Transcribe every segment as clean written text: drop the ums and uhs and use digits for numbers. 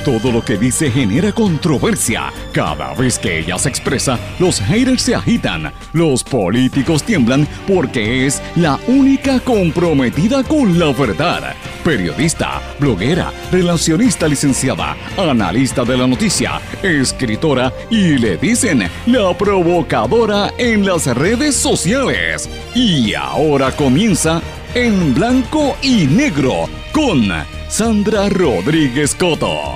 Todo lo que dice genera controversia. Cada vez que ella se expresa, los haters se agitan. Los políticos tiemblan porque es la única comprometida con la verdad. Periodista, bloguera, relacionista licenciada, analista de la noticia, escritora y le dicen la provocadora en las redes sociales. Y ahora comienza En Blanco y Negro con Sandra Rodríguez Coto.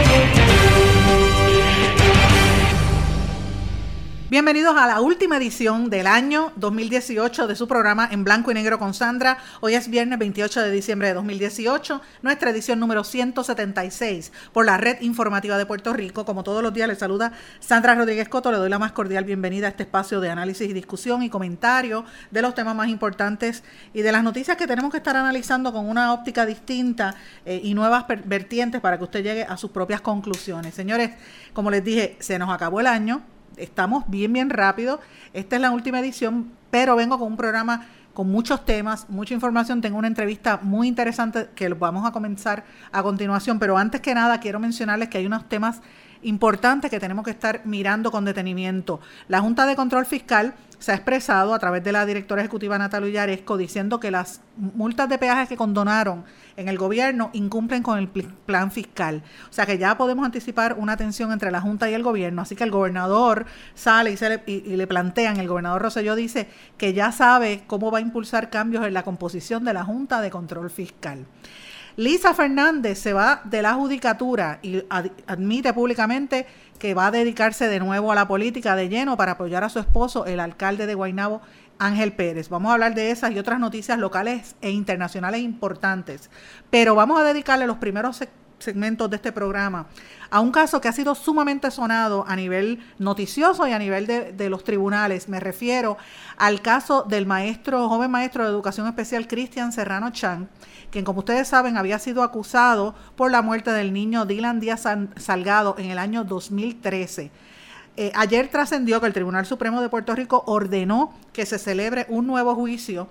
Bienvenidos a la última edición del año 2018 de su programa En Blanco y Negro con Sandra. Hoy es viernes 28 de diciembre de 2018, nuestra edición número 176 por la Red Informativa de Puerto Rico. Como todos los días, les saluda Sandra Rodríguez Coto. Le doy la más cordial bienvenida a este espacio de análisis y discusión y comentario de los temas más importantes y de las noticias que tenemos que estar analizando con una óptica distinta y nuevas vertientes para que usted llegue a sus propias conclusiones. Señores, como les dije, se nos acabó el año. Estamos bien rápido. Esta es la última edición, pero vengo con un programa con muchos temas, mucha información. Tengo una entrevista muy interesante que vamos a comenzar a continuación, pero antes que nada quiero mencionarles que hay unos temas importantes que tenemos que estar mirando con detenimiento. La Junta de Control Fiscal se ha expresado a través de la directora ejecutiva Natalia Yaresco diciendo que las multas de peajes que condonaron en el gobierno incumplen con el plan fiscal. O sea que ya podemos anticipar una tensión entre la Junta y el gobierno. Así que el gobernador sale y le plantean, el gobernador Rosselló dice que ya sabe cómo va a impulsar cambios en la composición de la Junta de Control Fiscal. Lisa Fernández se va de la judicatura y admite públicamente que va a dedicarse de nuevo a la política de lleno para apoyar a su esposo, el alcalde de Guaynabo, Ángel Pérez. Vamos a hablar de esas y otras noticias locales e internacionales importantes, pero vamos a dedicarle los primeros segmentos de este programa a un caso que ha sido sumamente sonado a nivel noticioso y a nivel de los tribunales. Me refiero al caso del joven maestro de educación especial Cristian Serrano Chang, quien, como ustedes saben, había sido acusado por la muerte del niño Dylan Díaz Salgado en el año 2013. Ayer trascendió que el Tribunal Supremo de Puerto Rico ordenó que se celebre un nuevo juicio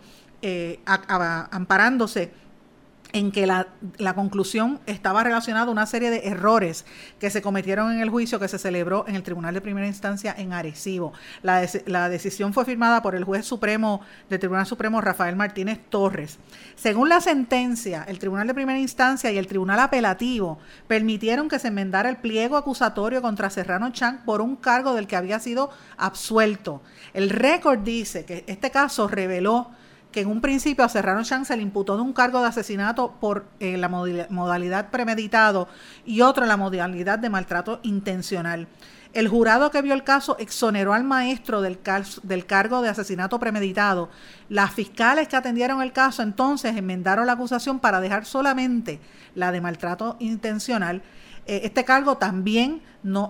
amparándose en que la conclusión estaba relacionada a una serie de errores que se cometieron en el juicio que se celebró en el Tribunal de Primera Instancia en Arecibo. La decisión fue firmada por el juez supremo del Tribunal Supremo, Rafael Martínez Torres. Según la sentencia, el Tribunal de Primera Instancia y el Tribunal Apelativo permitieron que se enmendara el pliego acusatorio contra Serrano Chang por un cargo del que había sido absuelto. El récord dice que este caso reveló que en un principio a Serrano Chang se le imputó de un cargo de asesinato por la modalidad premeditado y otro en la modalidad de maltrato intencional. El jurado que vio el caso exoneró al maestro del cargo de asesinato premeditado. Las fiscales que atendieron el caso entonces enmendaron la acusación para dejar solamente la de maltrato intencional. Este cargo también no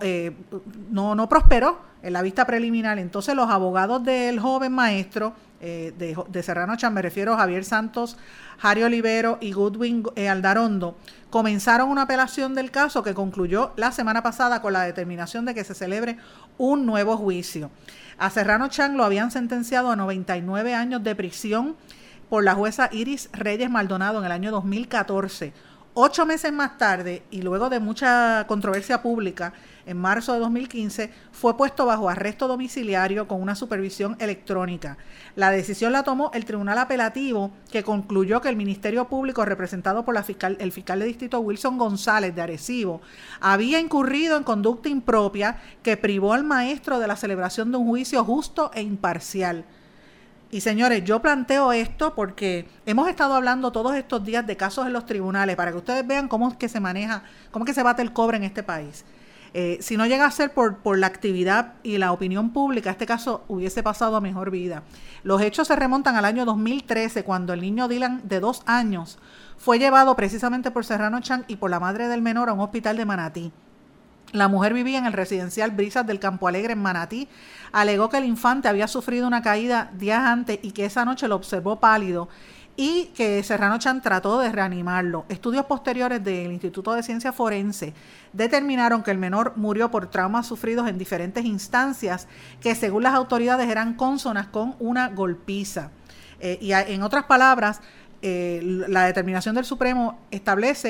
prosperó en la vista preliminar. Entonces los abogados del joven maestro de Serrano Chang, me refiero a Javier Santos, Jari Olivero y Goodwin Aldarondo, comenzaron una apelación del caso que concluyó la semana pasada con la determinación de que se celebre un nuevo juicio. A Serrano Chang lo habían sentenciado a 99 años de prisión por la jueza Iris Reyes Maldonado en el año 2014. 8 meses más tarde, y luego de mucha controversia pública, en marzo de 2015, fue puesto bajo arresto domiciliario con una supervisión electrónica. La decisión la tomó el Tribunal Apelativo, que concluyó que el Ministerio Público, representado por el fiscal de distrito Wilson González de Arecibo, había incurrido en conducta impropia que privó al maestro de la celebración de un juicio justo e imparcial. Y señores, yo planteo esto porque hemos estado hablando todos estos días de casos en los tribunales para que ustedes vean cómo es que se maneja, cómo es que se bate el cobre en este país. Si no llega a ser por la actividad y la opinión pública, este caso hubiese pasado a mejor vida. Los hechos se remontan al año 2013, cuando el niño Dylan, de 2 años, fue llevado precisamente por Serrano Chang y por la madre del menor a un hospital de Manatí. La mujer vivía en el residencial Brisas del Campo Alegre en Manatí. Alegó que el infante había sufrido una caída días antes y que esa noche lo observó pálido y que Serrano Chang trató de reanimarlo. Estudios posteriores del Instituto de Ciencia Forense determinaron que el menor murió por traumas sufridos en diferentes instancias que, según las autoridades, eran cónsonas con una golpiza. Y en otras palabras, la determinación del Supremo establece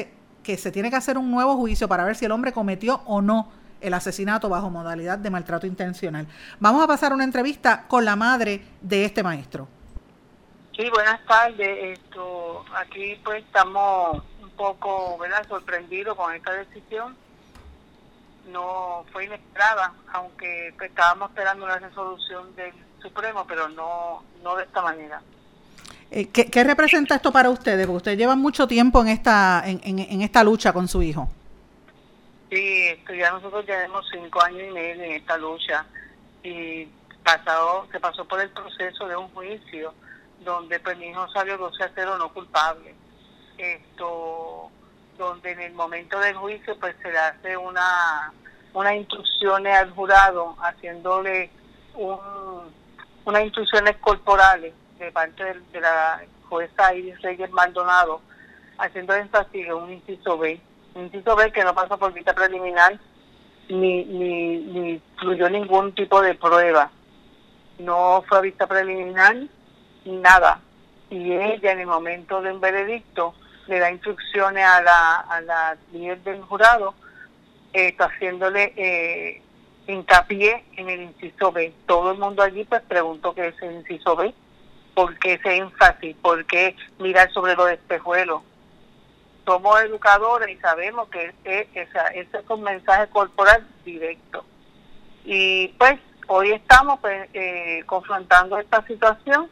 que se tiene que hacer un nuevo juicio para ver si el hombre cometió o no el asesinato bajo modalidad de maltrato intencional. Vamos a pasar una entrevista con la madre de este maestro. Sí, buenas tardes. Aquí pues estamos un poco, ¿verdad?, sorprendidos con esta decisión. No fue inesperada, aunque pues, estábamos esperando una resolución del Supremo, pero no de esta manera. ¿Qué representa esto para ustedes? Porque ustedes llevan mucho tiempo en esta lucha con su hijo. Sí, ya nosotros llevamos 5 años y medio en esta lucha y se pasó por el proceso de un juicio donde pues mi hijo salió 12-0 no culpable. Donde en el momento del juicio pues se le hace unas instrucciones al jurado, haciéndole unas instrucciones corporales de parte de la jueza Iris Reyes Maldonado, haciendo énfasis en un inciso B que no pasa por vista preliminar ni incluyó ningún tipo de prueba. No fue a vista preliminar ni nada. Y ella en el momento de un veredicto le da instrucciones a la líder del jurado, haciéndole hincapié en el inciso B. Todo el mundo allí pues preguntó qué es el inciso B, por qué ese énfasis, por qué mirar sobre los espejuelos. Somos educadores y sabemos que ese es un mensaje corporal directo. Y pues hoy estamos pues, confrontando esta situación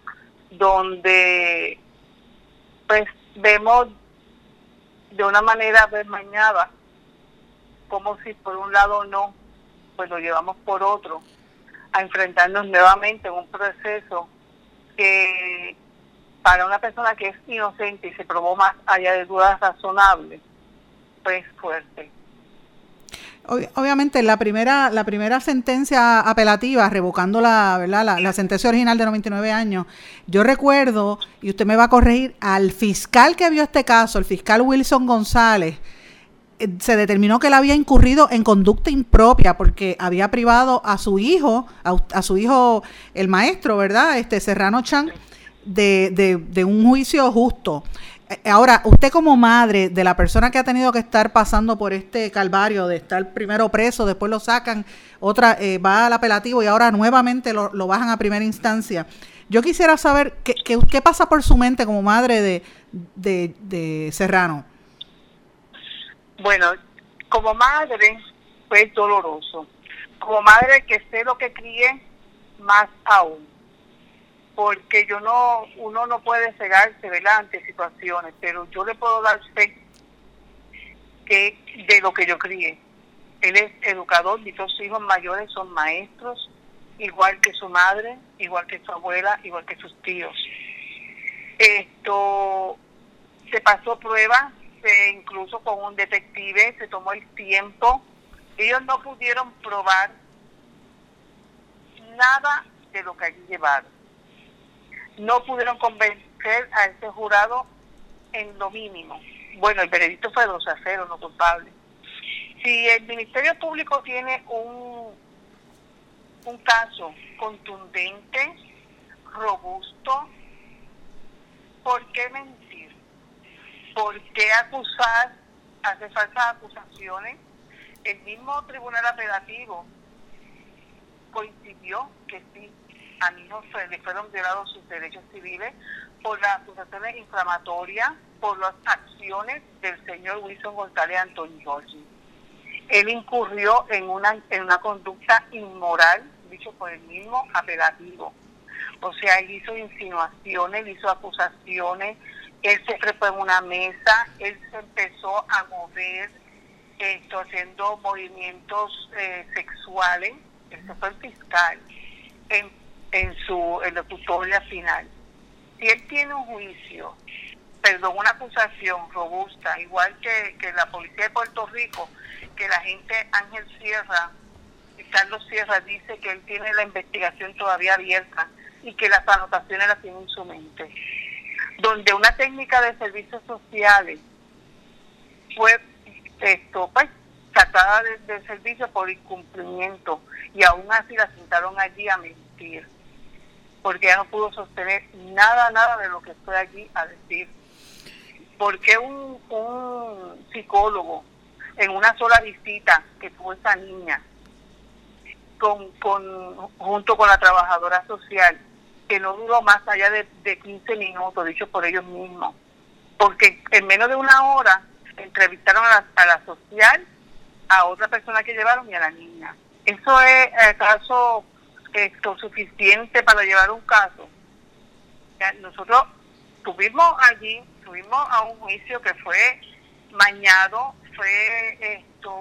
donde pues vemos de una manera desmañada como si por un lado no, pues lo llevamos por otro, a enfrentarnos nuevamente en un proceso que para una persona que es inocente y se probó más allá de dudas razonables, pues fuerte. Obviamente la primera sentencia apelativa revocando la sentencia original de 99 años, yo recuerdo, y usted me va a corregir, al fiscal que vio este caso, el fiscal Wilson González, se determinó que él había incurrido en conducta impropia porque había privado a su hijo, el maestro, ¿verdad? Serrano Chan, de un juicio justo. Ahora, usted como madre de la persona que ha tenido que estar pasando por este calvario de estar primero preso, después lo sacan, va al apelativo y ahora nuevamente lo bajan a primera instancia. Yo quisiera saber qué pasa por su mente como madre de Serrano. Bueno, como madre fue doloroso. Como madre que sé lo que crié, más aún. Porque uno no puede cegarse, ¿verdad?, ante situaciones, pero yo le puedo dar fe que de lo que yo crié. Él es educador, mis 2 hijos mayores son maestros, igual que su madre, igual que su abuela, igual que sus tíos. Se pasó pruebas, incluso con un detective, se tomó el tiempo. Ellos no pudieron probar nada de lo que allí llevaron. No pudieron convencer a ese jurado en lo mínimo. Bueno, el veredicto fue 12-0, no culpable. Si el Ministerio Público tiene un caso contundente, robusto, ¿por qué mentir? ¿Por qué hacer falsas acusaciones? El mismo tribunal apelativo coincidió que sí, a mi hijo le fueron violados sus derechos civiles por las acusaciones inflamatorias, por las acciones del señor Wilson González Antonio Giorgi. Él incurrió en una conducta inmoral, dicho por el mismo apelativo. O sea, él hizo insinuaciones, él hizo acusaciones, él se trepó en una mesa, él se empezó a mover, haciendo movimientos sexuales. Ese fue el fiscal en su locutoria final. Si él tiene un juicio, una acusación robusta, igual que la policía de Puerto Rico, que la agente Ángel Sierra, Carlos Sierra, dice que él tiene la investigación todavía abierta y que las anotaciones las tiene en su mente, donde una técnica de servicios sociales fue sacada de servicio por incumplimiento y aún así la sentaron allí a mentir, porque ella no pudo sostener nada de lo que fue allí a decir. Porque psicólogo en una sola visita que tuvo esa niña, junto con la trabajadora social, que no duró más allá de 15 minutos, dicho por ellos mismos, porque en menos de una hora entrevistaron a la social, a otra persona que llevaron y a la niña. ¿Eso es acaso suficiente para llevar un caso? Ya, nosotros tuvimos a un juicio que fue mañado, fue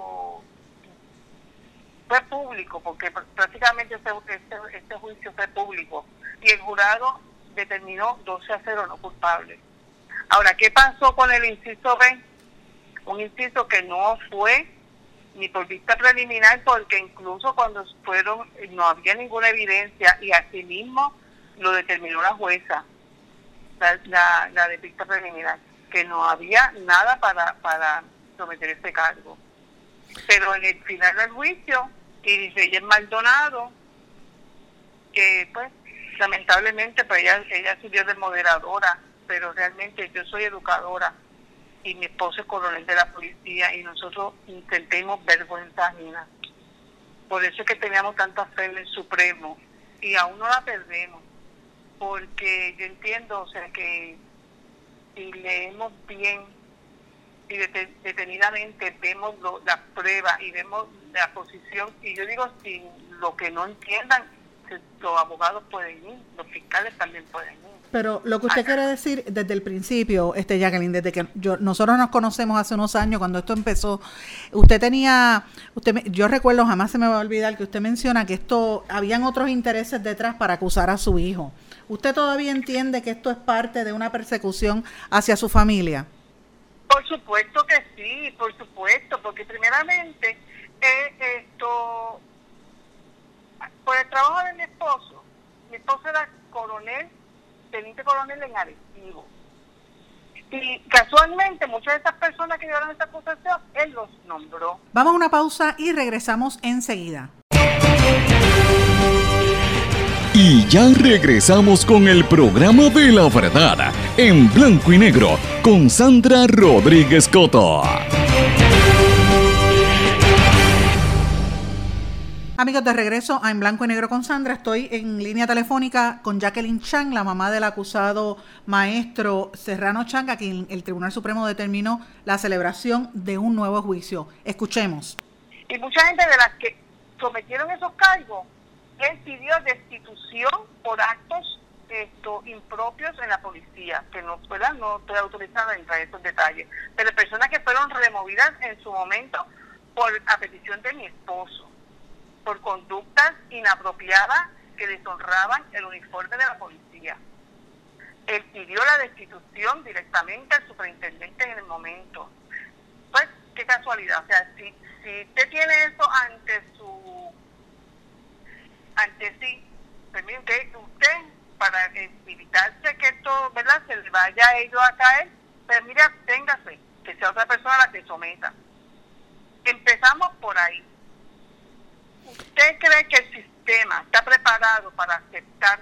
público, porque prácticamente este juicio fue público, y el jurado determinó 12-0 no culpable. Ahora, ¿qué pasó con el inciso B? Un inciso que no fue ni por vista preliminar, porque incluso cuando no había ninguna evidencia, y así mismo lo determinó la jueza, la de vista preliminar, que no había nada para someter ese cargo. Pero en el final del juicio, Iris Reyes Maldonado, que pues lamentablemente pues ella sirvió de moderadora, pero realmente yo soy educadora y mi esposo es coronel de la policía, y nosotros intentemos vergüenza ajena. Por eso es que teníamos tanta fe en el Supremo, y aún no la perdemos, porque yo entiendo, o sea, que si leemos bien y detenidamente vemos las pruebas y vemos la posición, y yo digo, si lo que no entiendan, los abogados pueden ir, los fiscales también pueden ir. Pero lo que usted quiere decir desde el principio, Jacqueline, desde que nosotros nos conocemos hace unos años, cuando esto empezó, yo recuerdo, jamás se me va a olvidar que usted menciona que habían otros intereses detrás para acusar a su hijo. ¿Usted todavía entiende que esto es parte de una persecución hacia su familia? Por supuesto que sí, por supuesto, porque primeramente por el trabajo de mi esposo era teniente coronel en Arecibo, y casualmente muchas de estas personas que llevaron esta acusación, él los nombró. Vamos a una pausa y regresamos enseguida. Y ya regresamos con el programa de la verdad, en blanco y negro, con Sandra Rodríguez Coto. Amigos, de regreso a En Blanco y Negro con Sandra. Estoy en línea telefónica con Jacqueline Chang, la mamá del acusado maestro Serrano Chang, a quien el Tribunal Supremo determinó la celebración de un nuevo juicio. Escuchemos. Y mucha gente de las que sometieron esos cargos, él pidió destitución por actos impropios en la policía, que no estoy autorizada a entrar en esos detalles, pero personas que fueron removidas en su momento a petición de mi esposo, por conductas inapropiadas que deshonraban el uniforme de la policía. Él pidió la destitución directamente al superintendente en el momento. Pues, qué casualidad. O sea, si usted tiene eso ante sí, pues mire, usted, para evitarse que esto, ¿verdad?, se le vaya a ellos a caer, pues mire, absténgase, que sea otra persona la que someta. Empezamos por ahí. ¿Usted cree que el sistema está preparado para aceptar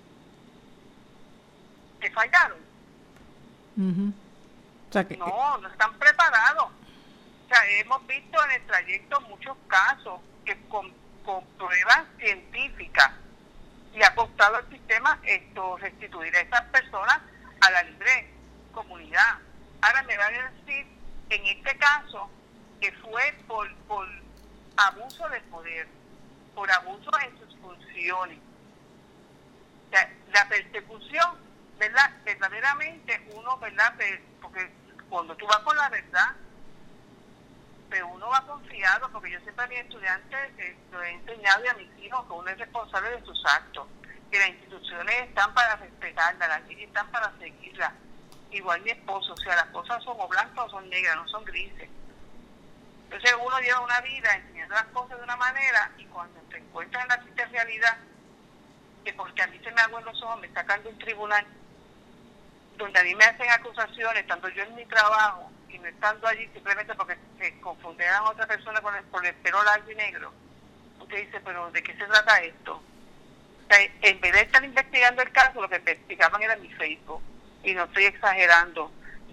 que fallaron? Uh-huh. O sea que, no están preparados. O sea, hemos visto en el trayecto muchos casos que con pruebas científicas le ha costado al sistema restituir a esas personas a la libre comunidad. Ahora me van a decir, en este caso, que fue por abuso de poder, por abuso en sus funciones. O sea, la persecución, ¿verdad? Verdaderamente uno, ¿verdad? Porque cuando tú vas con la verdad, pero uno va confiado, porque yo siempre a mis estudiantes lo he enseñado, y a mis hijos, que uno es responsable de sus actos, que las instituciones están para respetarlas, las leyes están para seguirlas. Igual mi esposo, o sea, las cosas son o blancas o son negras, no son grises. Entonces uno lleva una vida enseñando las cosas de una manera, y cuando se encuentra en la triste realidad, que porque a mí se me aguan los ojos, me sacan de un tribunal donde a mí me hacen acusaciones, estando yo en mi trabajo y no estando allí simplemente porque se confundieran a otra persona por el pelo largo y negro. Usted dice, pero ¿de qué se trata esto? O sea, en vez de estar investigando el caso, lo que investigaban era mi Facebook, y no estoy exagerando.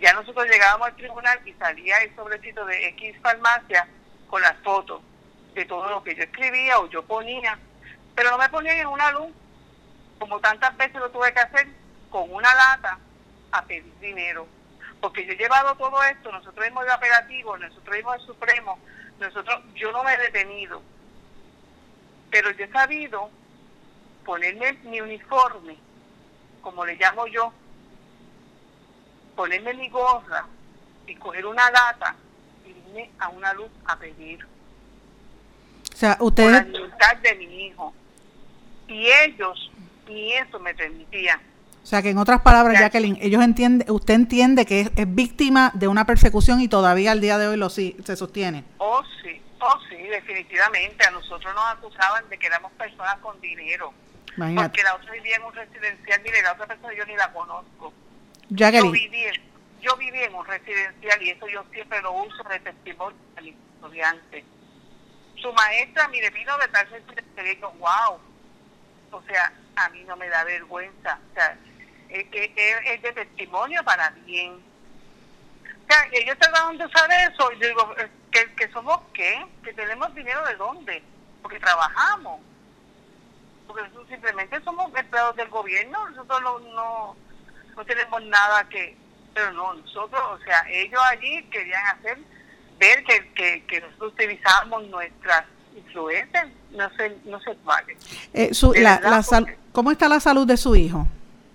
ya nosotros llegábamos al tribunal y salía el sobrecito de X farmacia con las fotos de todo lo que yo escribía o yo ponía, pero no me ponían en una luz, como tantas veces lo tuve que hacer, con una lata a pedir dinero. Porque yo he llevado todo esto, nosotros hemos ido a apelativo, nosotros hemos al Supremo, yo no me he detenido, pero yo he sabido ponerme mi uniforme, como le llamo yo, ponerme mi gorra y coger una lata y irme a una luz a pedir. O sea, por la libertad de mi hijo. Y ellos ni eso me permitían. O sea, que en otras palabras, Jacqueline, usted entiende que es víctima de una persecución y todavía al día de hoy se sostiene. Oh sí, definitivamente. A nosotros nos acusaban de que éramos personas con dinero. Imagínate. Porque la otra vivía en un residencial, mire, la otra persona yo ni la conozco. Jacqueline. Yo viví en un residencial y eso yo siempre lo uso de testimonio a mis estudiantes. Su maestra, mire, vino de tal residencial y yo, wow. O sea, a mí no me da vergüenza. O sea, es de testimonio para bien. O sea, ellos trataron de usar eso. Y yo digo, ¿que somos qué? ¿Que tenemos dinero de dónde? Porque trabajamos. Porque nosotros simplemente somos empleados del gobierno. Nosotros no tenemos nada que... Pero no, nosotros, o sea, ellos allí querían hacer ver que nosotros utilizábamos nuestras influencias. No sé vale. ¿Cómo está la salud de su hijo?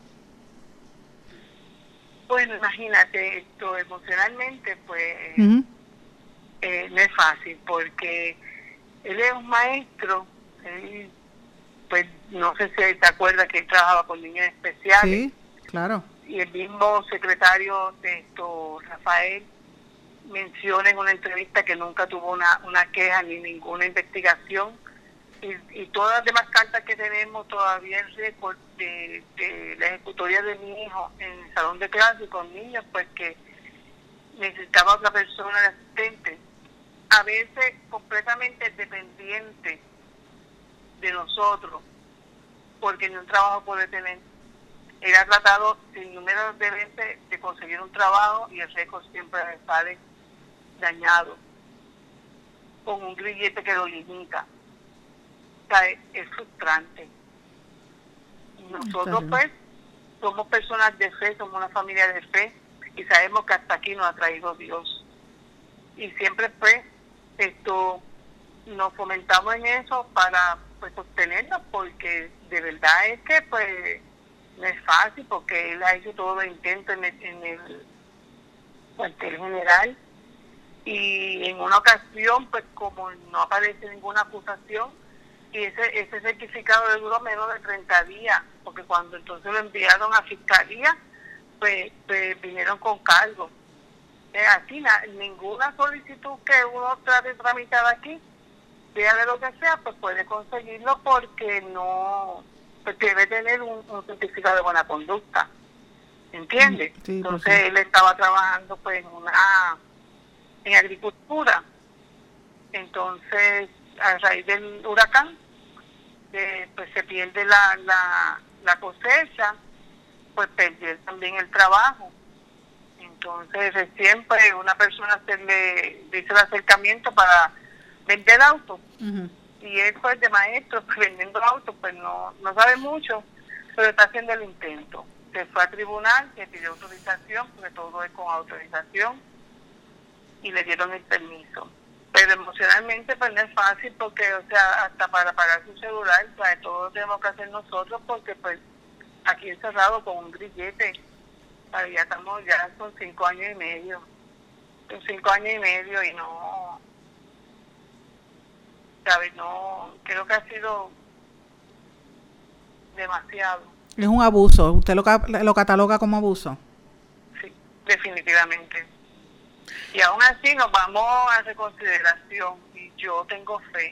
Bueno, imagínate, emocionalmente, pues, no es fácil, porque él es un maestro, pues, no sé si te acuerdas que él trabajaba con niños especiales. Sí, claro. Y el mismo secretario de Rafael menciona en una entrevista que nunca tuvo una queja ni ninguna investigación. Y todas las demás cartas que tenemos todavía en récord de la ejecutoria de mi hijo en el salón de clase con niños, pues que necesitaba otra persona de asistente, a veces completamente dependiente de nosotros, porque ni un trabajo puede tener. Él ha tratado sin número de veces de conseguir un trabajo y el récord siempre le sale dañado, con un grillete que lo limita. O sea, es frustrante. Nosotros pues somos personas de fe, somos una familia de fe y sabemos que hasta aquí nos ha traído Dios. Y siempre pues nos fomentamos en eso para pues sostenernos, porque de verdad es que pues no es fácil, porque él ha hecho todos los intentos en el cuartel general y en una ocasión pues como no aparece ninguna acusación y ese certificado le duró menos de 30 días, porque cuando entonces lo enviaron a fiscalía pues vinieron con cargo. Aquí ninguna solicitud que uno trate de tramitar aquí, sea de lo que sea, pues puede conseguirlo, porque no, pues debe tener un certificado de buena conducta, ¿entiendes? Sí, entonces pues, sí. Él estaba trabajando pues en agricultura, entonces a raíz del huracán pues se pierde la cosecha, pues perdió también el trabajo. Entonces recién pues una persona se le hizo el acercamiento para vender autos, y él pues de maestro pues, vendiendo autos, pues no sabe mucho, pero está haciendo el intento. Se fue a tribunal, se pidió autorización, porque todo es con autorización, y le dieron el permiso. Pero emocionalmente pues no es fácil, porque o sea, hasta para pagar su celular, o sea, todo lo tenemos que hacer nosotros, porque pues aquí encerrado con un grillete, ya estamos con 5 años y medio. Con 5 años y medio y no, ¿sabes? No, creo que ha sido demasiado. Es un abuso. ¿Usted lo cataloga como abuso? Sí, definitivamente. Y aún así nos vamos a reconsideración, y yo tengo fe,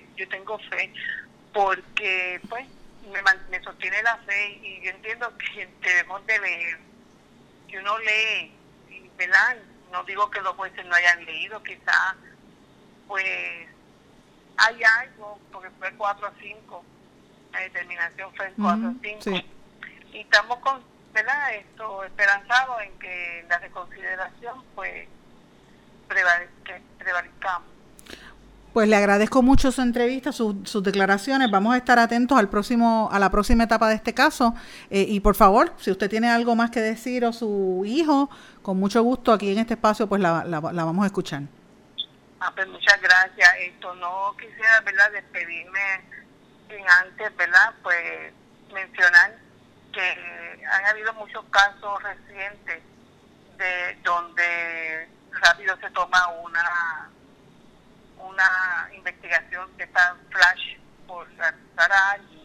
porque pues me sostiene la fe, y yo entiendo que debemos de leer, que uno lee, ¿verdad? No digo que los jueces no hayan leído, quizás pues hay algo, porque fue 4-5, la determinación fue 4-5, sí. Y estamos ¿verdad? Esperanzado en que la reconsideración pues prevalezcamos. Pues le agradezco mucho su entrevista, sus declaraciones. Vamos a estar atentos a la próxima etapa de este caso. Y por favor, si usted tiene algo más que decir o su hijo, con mucho gusto aquí en este espacio, pues la vamos a escuchar. Pues muchas gracias. No quisiera, ¿verdad?, despedirme sin antes, ¿verdad?, pues mencionar que han habido muchos casos recientes de donde rápido se toma una investigación que está en flash por acusar a alguien.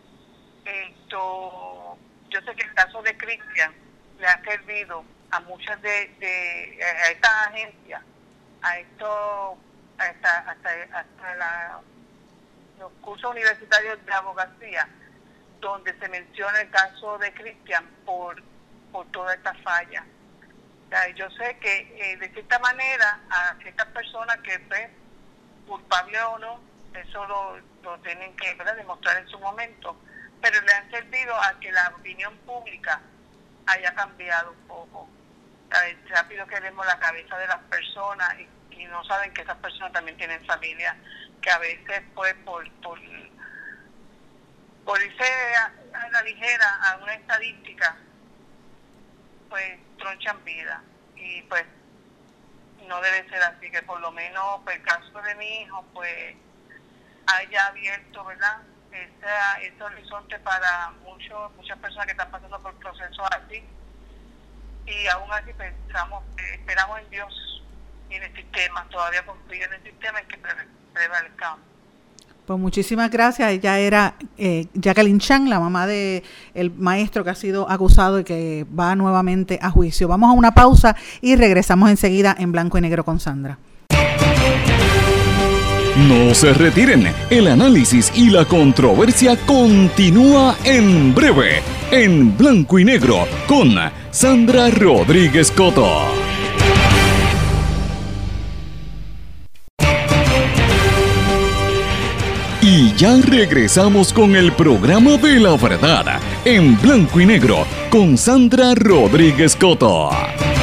Yo sé que el caso de Cristian le ha servido a muchas a estas agencias, hasta los cursos universitarios de abogacía, donde se menciona el caso de Cristian por toda esta falla. O sea, yo sé que de cierta manera a ciertas personas que culpable o no, eso lo tienen que, ¿verdad?, demostrar en su momento, pero le han servido a que la opinión pública haya cambiado un poco. Rápido que vemos la cabeza de las personas y no saben que esas personas también tienen familia, que a veces pues por irse a la ligera a una estadística, pues tronchan vida, y pues no debe ser así. Que por lo menos pues, el caso de mi hijo pues haya abierto, ¿verdad?, ese horizonte para muchas personas que están pasando por procesos así, y aún así esperamos en Dios y en el sistema, todavía confío en el sistema en que prevalezcamos. Pues muchísimas gracias. Ella era Jacqueline Chang, la mamá de el maestro que ha sido acusado y que va nuevamente a juicio. Vamos a una pausa y regresamos enseguida en Blanco y Negro con Sandra. No se retiren, el análisis y la controversia continúa en breve, en Blanco y Negro con Sandra Rodríguez Coto. Y ya regresamos con el programa de la verdad, en Blanco y Negro con Sandra Rodríguez Coto.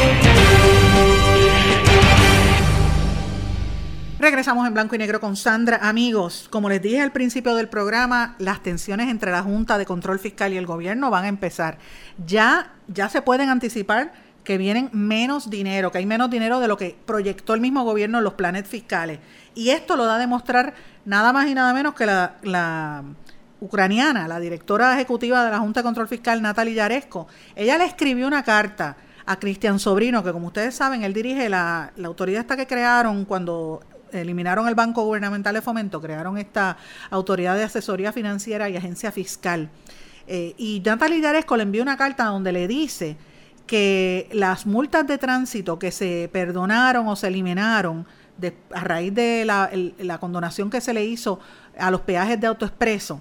Regresamos en Blanco y Negro con Sandra. Amigos, como les dije al principio del programa, las tensiones entre la Junta de Control Fiscal y el gobierno van a empezar. Ya se pueden anticipar que vienen menos dinero, que hay menos dinero de lo que proyectó el mismo gobierno en los planes fiscales. Y esto lo da a demostrar nada más y nada menos que la ucraniana, la directora ejecutiva de la Junta de Control Fiscal, Natalie Yaresco. Ella le escribió una carta a Cristian Sobrino, que como ustedes saben, él dirige la autoridad esta que crearon cuando eliminaron el Banco Gubernamental de Fomento, crearon esta autoridad de asesoría financiera y agencia fiscal. Y Natalie Yaresco le envió una carta donde le dice que las multas de tránsito que se perdonaron o se eliminaron a raíz de la condonación que se le hizo a los peajes de AutoExpreso,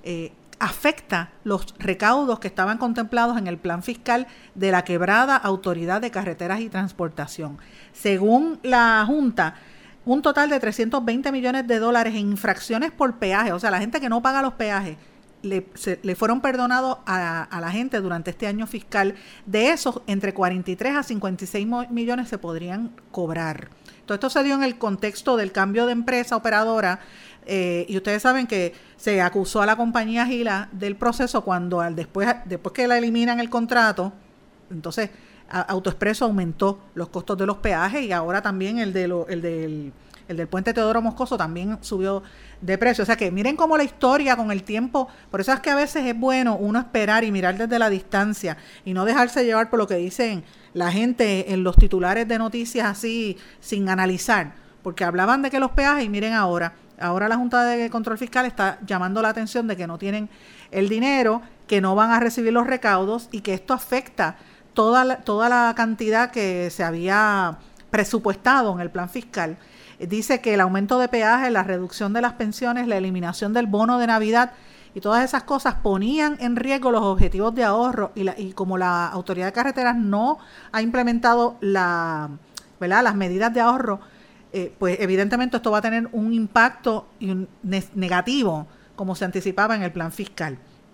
afecta los recaudos que estaban contemplados en el plan fiscal de la quebrada Autoridad de Carreteras y Transportación. Según la Junta, un total de $320 millones en infracciones por peaje, o sea, la gente que no paga los peajes, le fueron perdonados a la gente durante este año fiscal. De esos, entre 43 a 56 millones se podrían cobrar. Todo esto se dio en el contexto del cambio de empresa operadora, y ustedes saben que se acusó a la compañía Gila del proceso cuando después que la eliminan el contrato, entonces AutoExpreso aumentó los costos de los peajes, y ahora también el del puente Teodoro Moscoso también subió de precio. O sea que miren cómo la historia con el tiempo, por eso es que a veces es bueno uno esperar y mirar desde la distancia y no dejarse llevar por lo que dicen la gente en los titulares de noticias así sin analizar, porque hablaban de que los peajes, y miren ahora la Junta de Control Fiscal está llamando la atención de que no tienen el dinero, que no van a recibir los recaudos y que esto afecta toda la cantidad que se había presupuestado en el plan fiscal. Dice que el aumento de peajes, la reducción de las pensiones, la eliminación del bono de Navidad y todas esas cosas ponían en riesgo los objetivos de ahorro, y como la Autoridad de Carreteras no ha implementado las medidas de ahorro, pues evidentemente esto va a tener un impacto negativo como se anticipaba en el plan fiscal.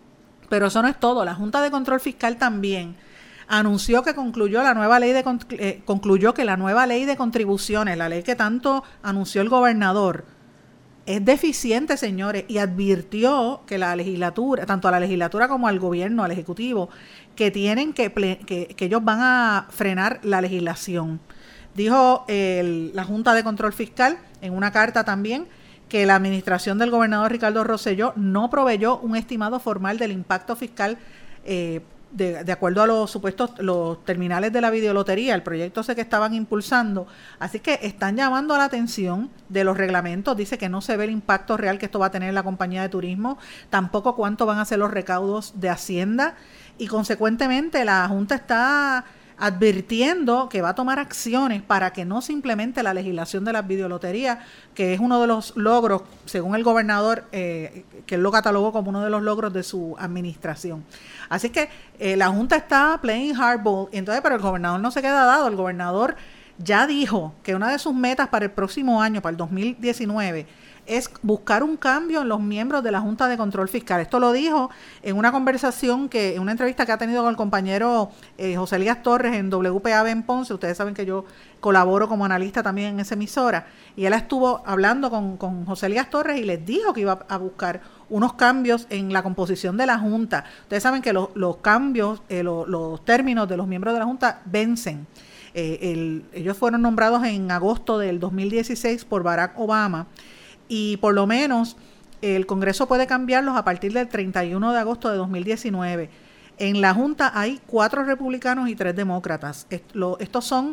Pero eso no es todo. La Junta de Control Fiscal también anunció que concluyó que la nueva ley de contribuciones, la ley que tanto anunció el gobernador, es deficiente, señores, y advirtió que la legislatura, tanto a la legislatura como al gobierno, al ejecutivo, que tienen que ellos van a frenar la legislación. Dijo la Junta de Control Fiscal en una carta también que la administración del gobernador Ricardo Rosselló no proveyó un estimado formal del impacto fiscal de acuerdo a los terminales de la videolotería, el proyecto ese que estaban impulsando. Así que están llamando a la atención de los reglamentos. Dice que no se ve el impacto real que esto va a tener la compañía de turismo, tampoco cuánto van a ser los recaudos de Hacienda, y consecuentemente la Junta está advirtiendo que va a tomar acciones para que no se implemente la legislación de las videoloterías, que es uno de los logros, según el gobernador, que él lo catalogó como uno de los logros de su administración. Así que la Junta está playing hardball, entonces, pero el gobernador no se queda dado. El gobernador ya dijo que una de sus metas para el próximo año, para el 2019, es buscar un cambio en los miembros de la Junta de Control Fiscal. Esto lo dijo en una conversación, en una entrevista que ha tenido con el compañero José Elías Torres en WPAB en Ponce. Ustedes saben que yo colaboro como analista también en esa emisora, y él estuvo hablando con José Elías Torres y les dijo que iba a buscar unos cambios en la composición de la Junta. Ustedes saben que los cambios, los términos de los miembros de la Junta vencen. Ellos fueron nombrados en agosto del 2016 por Barack Obama, y por lo menos el Congreso puede cambiarlos a partir del 31 de agosto de 2019. En la Junta hay 4 republicanos y 3 demócratas. Estos son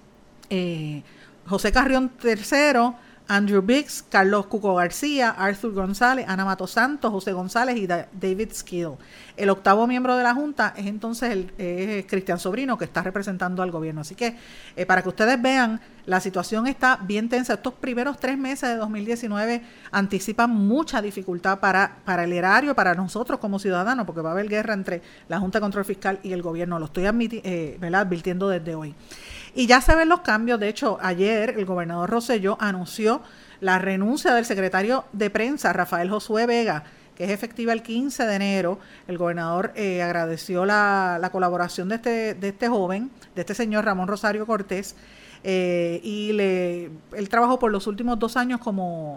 José Carrión III, Andrew Biggs, Carlos Cuco García, Arthur González, Ana Mato Santos, José González y David Skill. El 8º miembro de la Junta es entonces Cristian Sobrino, que está representando al gobierno. Así que para que ustedes vean, la situación está bien tensa. Estos primeros 3 meses de 2019 anticipan mucha dificultad para el erario, para nosotros como ciudadanos, porque va a haber guerra entre la Junta de Control Fiscal y el gobierno. Lo estoy advirtiendo desde hoy. Y ya se ven los cambios. De hecho, ayer el gobernador Rosselló anunció la renuncia del secretario de prensa, Rafael Josué Vega, que es efectiva el 15 de enero. El gobernador agradeció la colaboración de este joven, de este señor Ramón Rosario Cortés, y él trabajó por los últimos 2 años como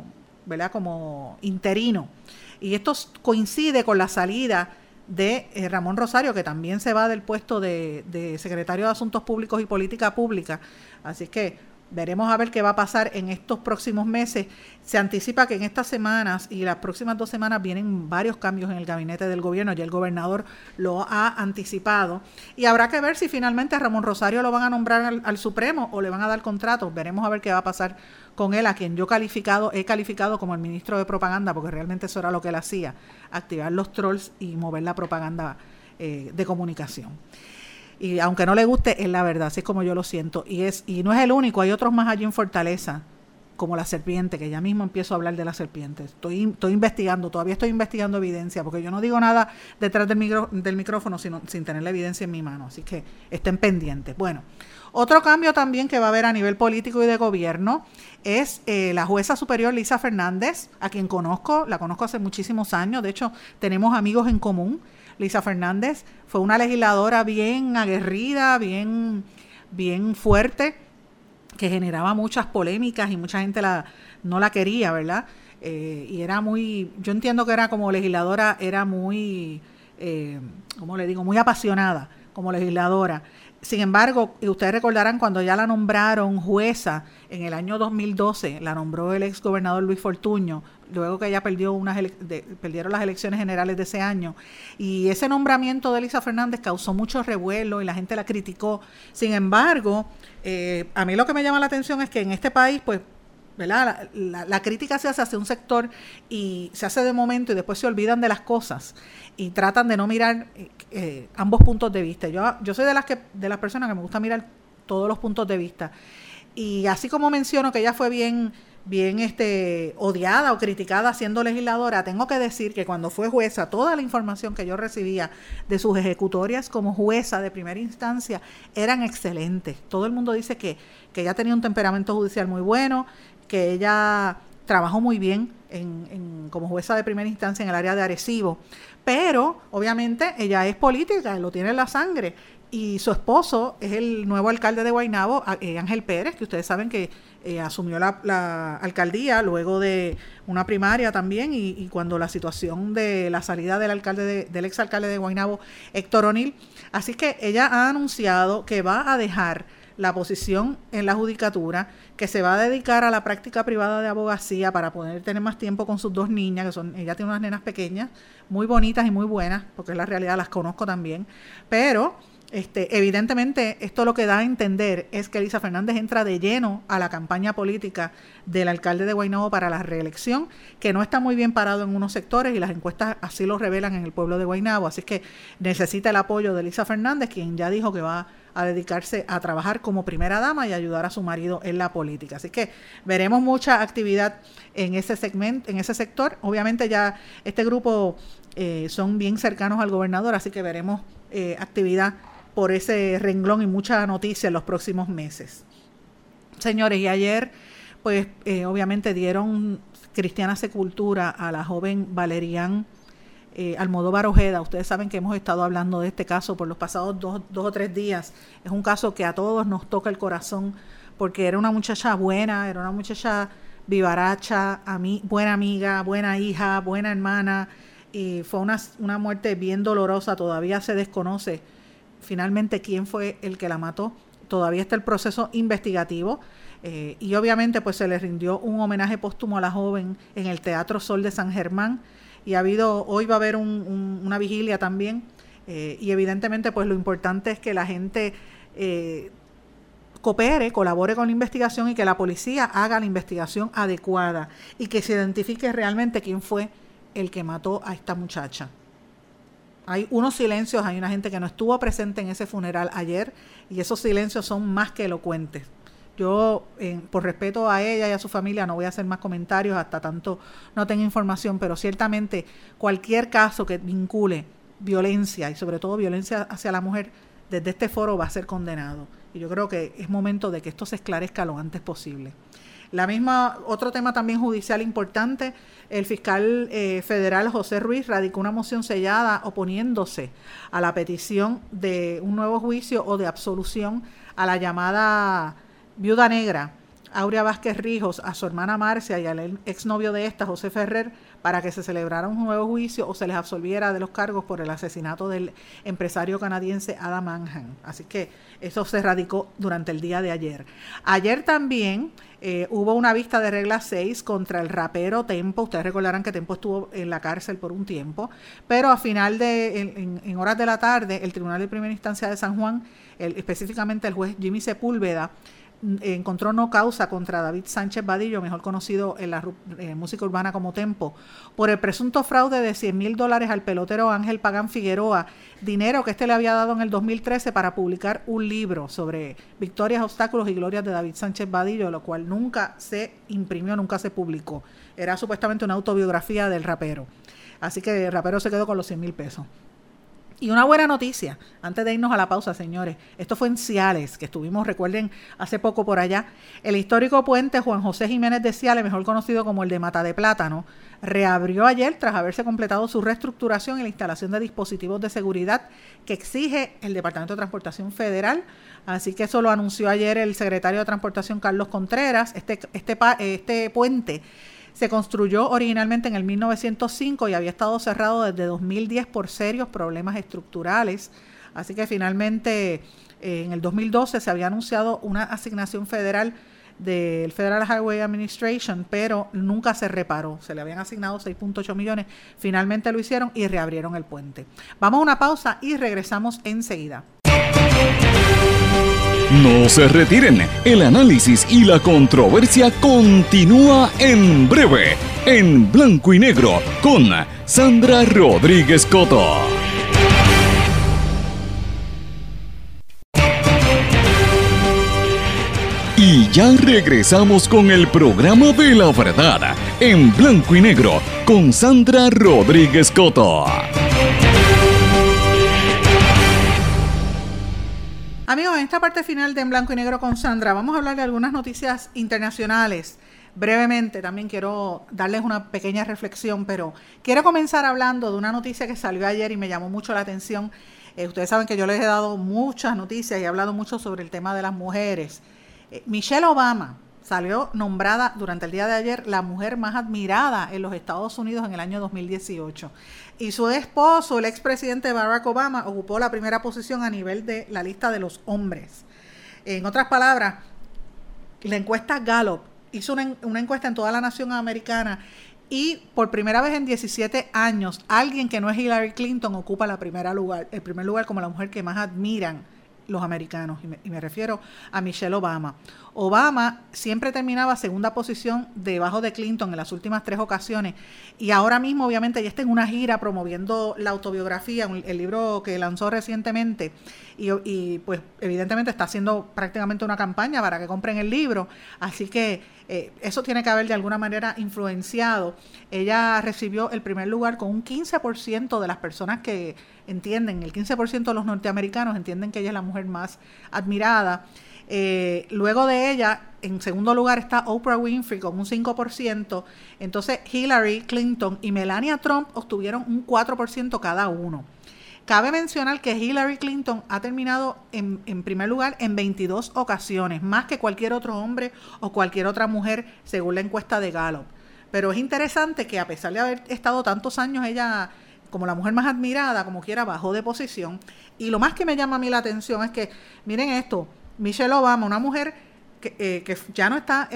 interino. Y esto coincide con la salida de Ramón Rosario, que también se va del puesto de secretario de Asuntos Públicos y Política Pública. Así que veremos a ver qué va a pasar en estos próximos meses. Se anticipa que en estas semanas y las próximas 2 semanas vienen varios cambios en el gabinete del gobierno. Ya el gobernador lo ha anticipado. Y habrá que ver si finalmente a Ramón Rosario lo van a nombrar al Supremo o le van a dar contrato. Veremos a ver qué va a pasar con él, a quien yo he calificado como el ministro de propaganda, porque realmente eso era lo que él hacía, activar los trolls y mover la propaganda de comunicación. Y aunque no le guste, es la verdad, así es como yo lo siento. Y no es el único, hay otros más allí en Fortaleza, como la serpiente, que ya mismo empiezo a hablar de la serpiente. Estoy investigando, todavía estoy investigando evidencia, porque yo no digo nada detrás del micrófono sin tener la evidencia en mi mano, así que estén pendientes. Bueno, otro cambio también que va a haber a nivel político y de gobierno es la jueza superior Lisa Fernández, a quien la conozco hace muchísimos años. De hecho, tenemos amigos en común. Lisa Fernández fue una legisladora bien aguerrida, bien fuerte, que generaba muchas polémicas y mucha gente no la quería, ¿verdad? Y era yo entiendo que era como legisladora, era muy, ¿cómo le digo?, muy apasionada como legisladora. Sin embargo, y ustedes recordarán cuando ya la nombraron jueza en el año 2012, la nombró el ex gobernador Luis Fortuño, luego que ella perdieron las elecciones generales de ese año. Y ese nombramiento de Lisa Fernández causó mucho revuelo y la gente la criticó. Sin embargo, a mí lo que me llama la atención es que en este país, pues, ¿verdad?, la crítica se hace hacia un sector y se hace de momento y después se olvidan de las cosas y tratan de no mirar ambos puntos de vista. Yo soy de las personas que me gusta mirar todos los puntos de vista. Y así como menciono que ella fue bien odiada o criticada siendo legisladora, tengo que decir que cuando fue jueza, toda la información que yo recibía de sus ejecutorias como jueza de primera instancia eran excelentes. Todo el mundo dice que ella tenía un temperamento judicial muy bueno, que ella trabajó muy bien como jueza de primera instancia en el área de Arecibo. Pero, obviamente, ella es política, lo tiene en la sangre. Y su esposo es el nuevo alcalde de Guaynabo, Ángel Pérez, que ustedes saben que asumió la alcaldía luego de una primaria también, y cuando la situación de la salida del exalcalde de Guaynabo, Héctor O'Neill. Así que ella ha anunciado que va a dejar la posición en la judicatura, que se va a dedicar a la práctica privada de abogacía para poder tener más tiempo con sus 2 niñas, ella tiene unas nenas pequeñas, muy bonitas y muy buenas, porque es la realidad, las conozco también, pero evidentemente esto lo que da a entender es que Elisa Fernández entra de lleno a la campaña política del alcalde de Guaynabo para la reelección, que no está muy bien parado en unos sectores y las encuestas así lo revelan en el pueblo de Guaynabo, así que necesita el apoyo de Elisa Fernández, quien ya dijo que va a dedicarse a trabajar como primera dama y ayudar a su marido en la política. Así que veremos mucha actividad en ese segmento, en ese sector. Obviamente ya este grupo son bien cercanos al gobernador, así que veremos actividad por ese renglón y mucha noticia en los próximos meses. Señores, y ayer, pues obviamente dieron cristiana sepultura a la joven Valerian Almodóvar Ojeda. Ustedes saben que hemos estado hablando de este caso por los pasados dos o tres días. Es un caso que a todos nos toca el corazón, porque era una muchacha buena, era una muchacha vivaracha, buena amiga, buena hija, buena hermana, y fue una muerte bien dolorosa. Todavía se desconoce finalmente quién fue el que la mató. Todavía está el proceso investigativo, y obviamente pues se le rindió un homenaje póstumo a la joven en el Teatro Sol de San Germán, y hoy va a haber una vigilia también, y evidentemente pues lo importante es que la gente colabore con la investigación, y que la policía haga la investigación adecuada y que se identifique realmente quién fue el que mató a esta muchacha. Hay unos silencios, hay una gente que no estuvo presente en ese funeral ayer, y esos silencios son más que elocuentes. Yo, por respeto a ella y a su familia, no voy a hacer más comentarios hasta tanto no tenga información, pero ciertamente cualquier caso que vincule violencia, y sobre todo violencia hacia la mujer, desde este foro va a ser condenado. Y yo creo que es momento de que esto se esclarezca lo antes posible. Otro tema también judicial importante, el fiscal federal José Ruiz radicó una moción sellada oponiéndose a la petición de un nuevo juicio o de absolución a la llamada viuda negra, Aurea Vázquez Rijos, a su hermana Marcia y al exnovio de esta, José Ferrer, para que se celebrara un nuevo juicio o se les absolviera de los cargos por el asesinato del empresario canadiense Adam Manhattan. Así que eso se radicó durante el día de ayer. Ayer también hubo una vista de regla 6 contra el rapero Tempo. Ustedes recordarán que Tempo estuvo en la cárcel por un tiempo, pero a final en horas de la tarde, el Tribunal de Primera Instancia de San Juan, específicamente el juez Jimmy Sepúlveda, encontró no causa contra David Sánchez Vadillo, mejor conocido en la música urbana como Tempo, por el presunto fraude de $100,000 al pelotero Ángel Pagán Figueroa, dinero que le había dado en el 2013 para publicar un libro sobre victorias, obstáculos y glorias de David Sánchez Vadillo, lo cual nunca se imprimió, nunca se publicó. Era supuestamente una autobiografía del rapero. Así que el rapero se quedó con los $100,000. Y una buena noticia, antes de irnos a la pausa, señores, esto fue en Ciales, que estuvimos, recuerden, hace poco por allá. El histórico puente Juan José Jiménez de Ciales, mejor conocido como el de Mata de Plátano, reabrió ayer tras haberse completado su reestructuración y la instalación de dispositivos de seguridad que exige el Departamento de Transportación Federal. Así que eso lo anunció ayer el secretario de Transportación, Carlos Contreras. Este puente se construyó originalmente en el 1905 y había estado cerrado desde 2010 por serios problemas estructurales. Así que finalmente en el 2012 se había anunciado una asignación federal del Federal Highway Administration, pero nunca se reparó. Se le habían asignado 6.8 millones. Finalmente lo hicieron y reabrieron el puente. Vamos a una pausa y regresamos enseguida. No se retiren, el análisis y la controversia continúa en breve, en Blanco y Negro, con Sandra Rodríguez Coto. Y ya regresamos con el programa de la verdad, en Blanco y Negro, con Sandra Rodríguez Coto. Amigos, en esta parte final de En Blanco y Negro con Sandra, vamos a hablar de algunas noticias internacionales. brevemente también quiero darles una pequeña reflexión, pero quiero comenzar hablando de una noticia que salió ayer y me llamó mucho la atención. Ustedes saben que yo les he dado muchas noticias y he hablado mucho sobre el tema de las mujeres. Michelle Obama salió nombrada durante el día de ayer la mujer más admirada en los Estados Unidos en el año 2018. Y su esposo, el expresidente Barack Obama, ocupó la primera posición a nivel de la lista de los hombres. En otras palabras, la encuesta Gallup hizo una encuesta en toda la nación americana y por primera vez en 17 años, alguien que no es Hillary Clinton ocupa el primer lugar como la mujer que más admiran los americanos, y me refiero a Michelle Obama. Obama siempre terminaba segunda posición debajo de Clinton en las últimas 3 ocasiones, y ahora mismo obviamente ella está en una gira promoviendo la autobiografía, el libro que lanzó recientemente, y pues evidentemente está haciendo prácticamente una campaña para que compren el libro, así que eso tiene que haber de alguna manera influenciado. Ella recibió el primer lugar con un 15% de las personas que entienden, el 15% de los norteamericanos entienden que ella es la mujer más admirada. Luego de ella, en segundo lugar está Oprah Winfrey con un 5%, entonces Hillary Clinton y Melania Trump obtuvieron un 4% cada uno. Cabe mencionar que Hillary Clinton ha terminado en primer lugar en 22 ocasiones, más que cualquier otro hombre o cualquier otra mujer, según la encuesta de Gallup. Pero es interesante que a pesar de haber estado tantos años ella como la mujer más admirada, como quiera, bajó de posición. Y lo más que me llama a mí la atención es que, miren esto, Michelle Obama, una mujer que ya no está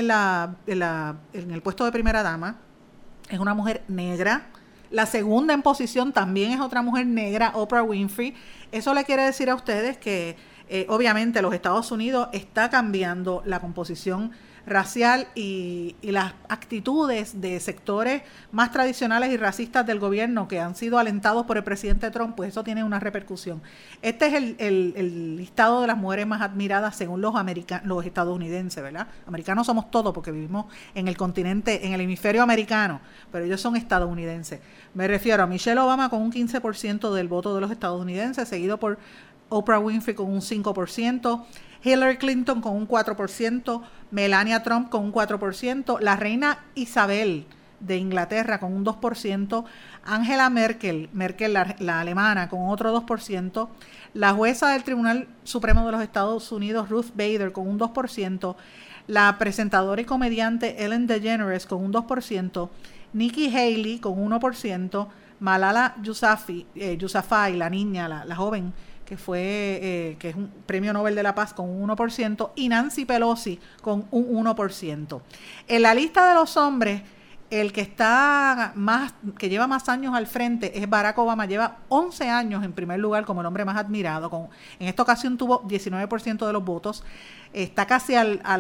en el puesto de primera dama, es una mujer negra. La segunda en posición también es otra mujer negra, Oprah Winfrey. Eso le quiere decir a ustedes que obviamente los Estados Unidos está cambiando la composición racial y las actitudes de sectores más tradicionales y racistas del gobierno que han sido alentados por el presidente Trump, pues eso tiene una repercusión. Este es el listado de las mujeres más admiradas según los estadounidenses, ¿verdad? Americanos somos todos porque vivimos en el continente, en el hemisferio americano, pero ellos son estadounidenses. Me refiero a Michelle Obama con un 15% del voto de los estadounidenses, seguido por Oprah Winfrey con un 5%, Hillary Clinton con un 4%, Melania Trump con un 4%, la reina Isabel de Inglaterra con un 2%, Angela Merkel la alemana con otro 2%, la jueza del Tribunal Supremo de los Estados Unidos Ruth Bader con un 2%, la presentadora y comediante Ellen DeGeneres con un 2%, Nikki Haley con 1%, Malala Yousafzai, la niña, la joven, que es un premio Nobel de la Paz con un 1%, y Nancy Pelosi con un 1%. En la lista de los hombres, el que lleva más años al frente es Barack Obama, lleva 11 años en primer lugar como el hombre más admirado, en esta ocasión tuvo 19% de los votos, está casi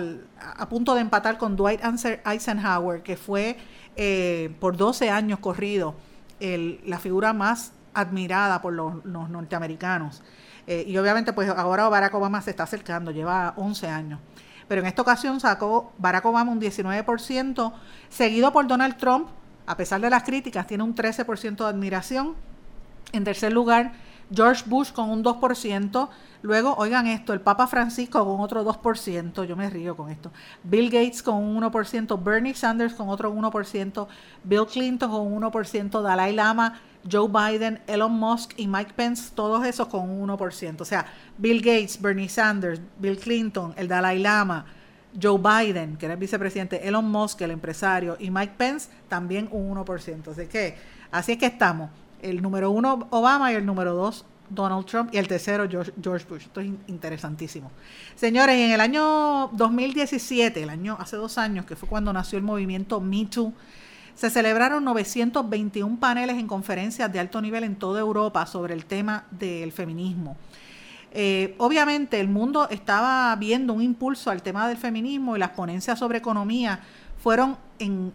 a punto de empatar con Dwight Eisenhower, que fue por 12 años corrido la figura más admirada por los norteamericanos. Y obviamente pues ahora Barack Obama se está acercando, lleva 11 años. Pero en esta ocasión sacó Barack Obama un 19%, seguido por Donald Trump, a pesar de las críticas, tiene un 13% de admiración. En tercer lugar, George Bush con un 2%. Luego, oigan esto, el Papa Francisco con otro 2%, yo me río con esto. Bill Gates con un 1%, Bernie Sanders con otro 1%, Bill Clinton con un 1%, Dalai Lama, Joe Biden, Elon Musk y Mike Pence, todos esos con un 1%. O sea, Bill Gates, Bernie Sanders, Bill Clinton, el Dalai Lama, Joe Biden, que era el vicepresidente, Elon Musk, el empresario, y Mike Pence, también un 1%. Así es que estamos. El número 1 Obama y el número 2 Donald Trump y el tercero George Bush. Esto es interesantísimo. Señores, en el año 2017, hace 2 años, que fue cuando nació el movimiento Me Too, se celebraron 921 paneles en conferencias de alto nivel en toda Europa sobre el tema del feminismo. Obviamente el mundo estaba viendo un impulso al tema del feminismo y las ponencias sobre economía fueron en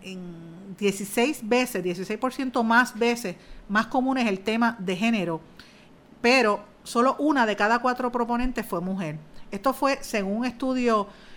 16% más veces más comunes el tema de género, pero solo 1 de cada 4 proponentes fue mujer. Esto fue según un estudio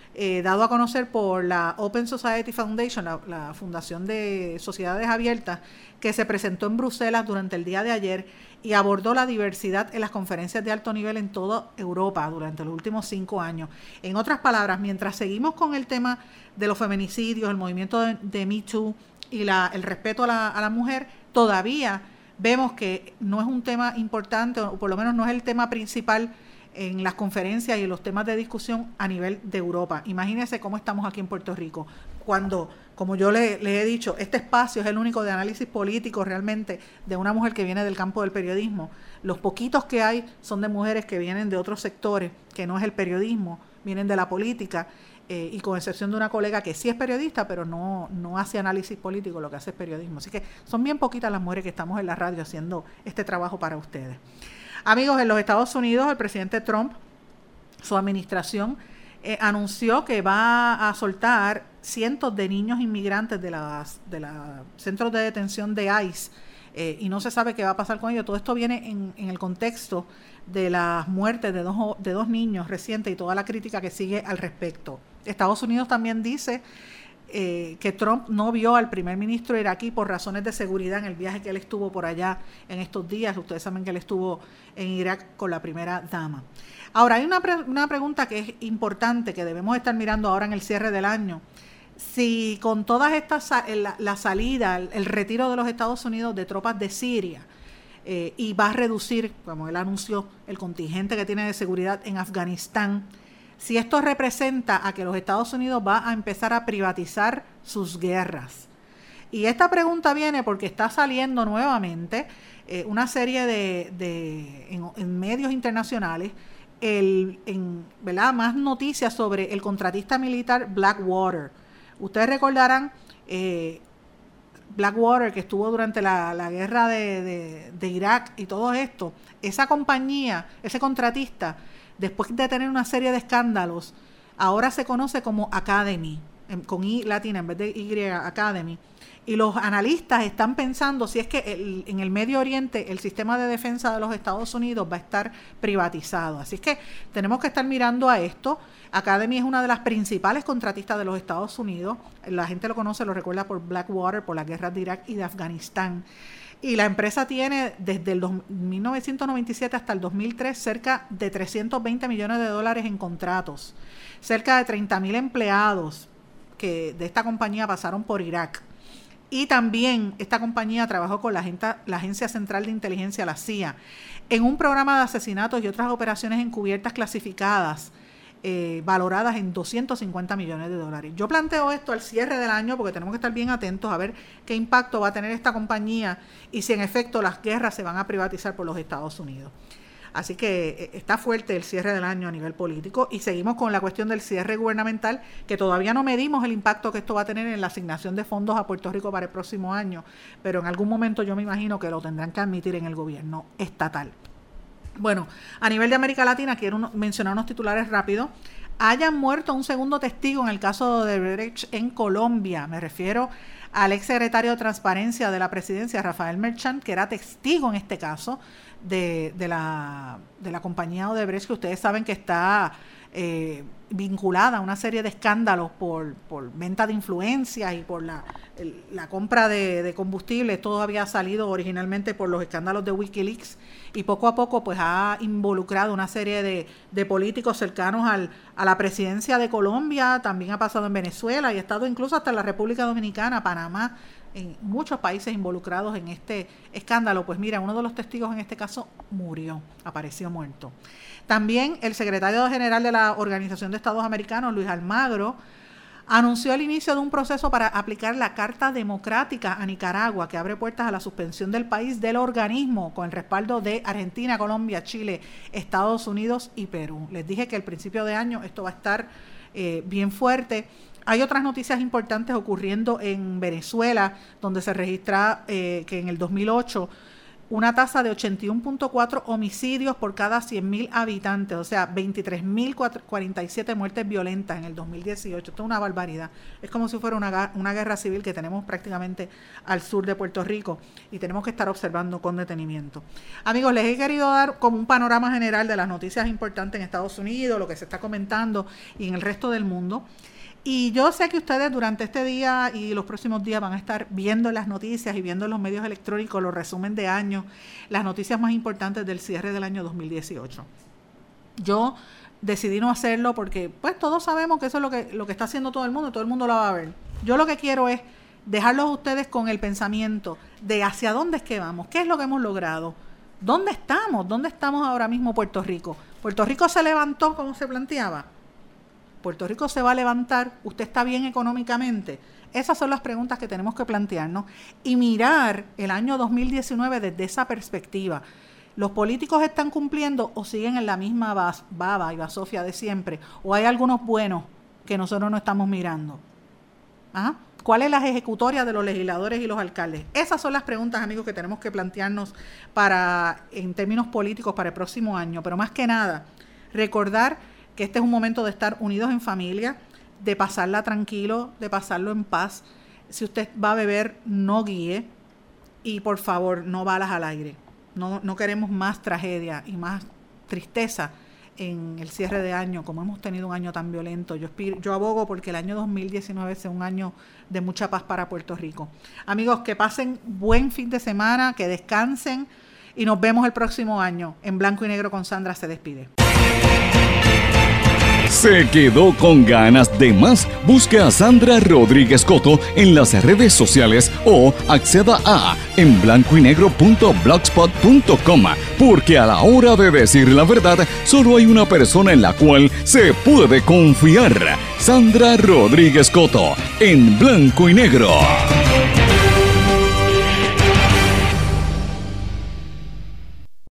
dado a conocer por la Open Society Foundation, la Fundación de Sociedades Abiertas, que se presentó en Bruselas durante el día de ayer y abordó la diversidad en las conferencias de alto nivel en toda Europa durante los últimos 5 años. En otras palabras, mientras seguimos con el tema de los feminicidios, el movimiento de Me Too y el respeto a la mujer, todavía vemos que no es un tema importante, o por lo menos no es el tema principal en las conferencias y en los temas de discusión a nivel de Europa. Imagínense cómo estamos aquí en Puerto Rico, cuando, como yo le he dicho, este espacio es el único de análisis político realmente de una mujer que viene del campo del periodismo. Los poquitos que hay son de mujeres que vienen de otros sectores, que no es el periodismo, vienen de la política, y con excepción de una colega que sí es periodista, pero no hace análisis político, lo que hace es periodismo. Así que son bien poquitas las mujeres que estamos en la radio haciendo este trabajo para ustedes. Amigos, en los Estados Unidos, el presidente Trump, su administración, anunció que va a soltar cientos de niños inmigrantes de los centros de detención de ICE, y no se sabe qué va a pasar con ellos. Todo esto viene en el contexto de las muertes de dos niños recientes y toda la crítica que sigue al respecto. Estados Unidos también dice que Trump no vio al primer ministro iraquí por razones de seguridad en el viaje que él estuvo por allá en estos días. Ustedes saben que él estuvo en Irak con la primera dama. Ahora, hay una pregunta que es importante, que debemos estar mirando ahora en el cierre del año. Si con todas estas, la salida, el retiro de los Estados Unidos de tropas de Siria, y va a reducir, como él anunció, el contingente que tiene de seguridad en Afganistán, si esto representa a que los Estados Unidos va a empezar a privatizar sus guerras. Y esta pregunta viene porque está saliendo nuevamente una serie en medios internacionales, ¿verdad?, más noticias sobre el contratista militar Blackwater. Ustedes recordarán Blackwater, que estuvo durante la guerra de Irak y todo esto. Esa compañía, ese contratista, después de tener una serie de escándalos, ahora se conoce como Academy, con I latina en vez de Y, Academy. Y los analistas están pensando si es que en el Medio Oriente el sistema de defensa de los Estados Unidos va a estar privatizado. Así es que tenemos que estar mirando a esto. Academy es una de las principales contratistas de los Estados Unidos. La gente lo conoce, lo recuerda por Blackwater, por las guerras de Irak y de Afganistán. Y la empresa tiene desde el 1997 hasta el 2003 cerca de $320 millones en contratos. Cerca de 30,000 empleados que de esta compañía pasaron por Irak. Y también esta compañía trabajó con la Agencia Central de Inteligencia, la CIA, en un programa de asesinatos y otras operaciones encubiertas clasificadas, valoradas en $250 millones. Yo planteo esto al cierre del año porque tenemos que estar bien atentos a ver qué impacto va a tener esta compañía y si en efecto las guerras se van a privatizar por los Estados Unidos. Así que está fuerte el cierre del año a nivel político y seguimos con la cuestión del cierre gubernamental, que todavía no medimos el impacto que esto va a tener en la asignación de fondos a Puerto Rico para el próximo año, pero en algún momento yo me imagino que lo tendrán que admitir en el gobierno estatal. Bueno, a nivel de América Latina, quiero mencionar unos titulares rápidos. Hayan muerto un segundo testigo en el caso de Odebrecht en Colombia. Me refiero al exsecretario de Transparencia de la Presidencia, Rafael Merchant, que era testigo en este caso de la compañía Odebrecht, que ustedes saben que está vinculada a una serie de escándalos por venta de influencias y por la compra de combustible. Todo había salido originalmente por los escándalos de Wikileaks y poco a poco pues ha involucrado una serie de políticos cercanos a la presidencia de Colombia. También ha pasado en Venezuela y ha estado incluso hasta en la República Dominicana, Panamá, en muchos países involucrados en este escándalo. Pues mira, uno de los testigos en este caso murió, apareció muerto. También el secretario general de la Organización de Estados Americanos, Luis Almagro, anunció el inicio de un proceso para aplicar la Carta Democrática a Nicaragua, que abre puertas a la suspensión del país del organismo, con el respaldo de Argentina, Colombia, Chile, Estados Unidos y Perú. Les dije que al principio de año esto va a estar bien fuerte. Hay otras noticias importantes ocurriendo en Venezuela, donde se registra que en el 2008 una tasa de 81.4 homicidios por cada 100.000 habitantes, o sea, 23.047 muertes violentas en el 2018. Esto es una barbaridad. Es como si fuera una guerra civil que tenemos prácticamente al sur de Puerto Rico y tenemos que estar observando con detenimiento. Amigos, les he querido dar como un panorama general de las noticias importantes en Estados Unidos, lo que se está comentando y en el resto del mundo. Y yo sé que ustedes durante este día y los próximos días van a estar viendo las noticias y viendo en los medios electrónicos los resumen de año, las noticias más importantes del cierre del año 2018. Yo decidí no hacerlo porque pues todos sabemos que eso es lo que está haciendo todo el mundo lo va a ver. Yo lo que quiero es dejarlos a ustedes con el pensamiento de hacia dónde es que vamos, qué es lo que hemos logrado, dónde estamos ahora mismo Puerto Rico. Puerto Rico se levantó como se planteaba. Puerto Rico se va a levantar, usted está bien económicamente. Esas son las preguntas que tenemos que plantearnos y mirar el año 2019 desde esa perspectiva. ¿Los políticos están cumpliendo o siguen en la misma baba y basofia de siempre? ¿O hay algunos buenos que nosotros no estamos mirando? ¿Ah? ¿Cuál es la ejecutoria de los legisladores y los alcaldes? Esas son las preguntas, amigos, que tenemos que plantearnos en términos políticos para el próximo año. Pero más que nada, recordar que este es un momento de estar unidos en familia, de pasarla tranquilo, de pasarlo en paz. Si usted va a beber, no guíe y por favor, no balas al aire. No queremos más tragedia y más tristeza en el cierre de año, como hemos tenido un año tan violento. Yo abogo porque el año 2019 sea un año de mucha paz para Puerto Rico. Amigos, que pasen buen fin de semana, que descansen y nos vemos el próximo año. En Blanco y Negro con Sandra se despide. ¿Se quedó con ganas de más? Busque a Sandra Rodríguez Coto en las redes sociales o acceda a enblancoynegro.blogspot.com, porque a la hora de decir la verdad, solo hay una persona en la cual se puede confiar. Sandra Rodríguez Coto, en Blanco y Negro.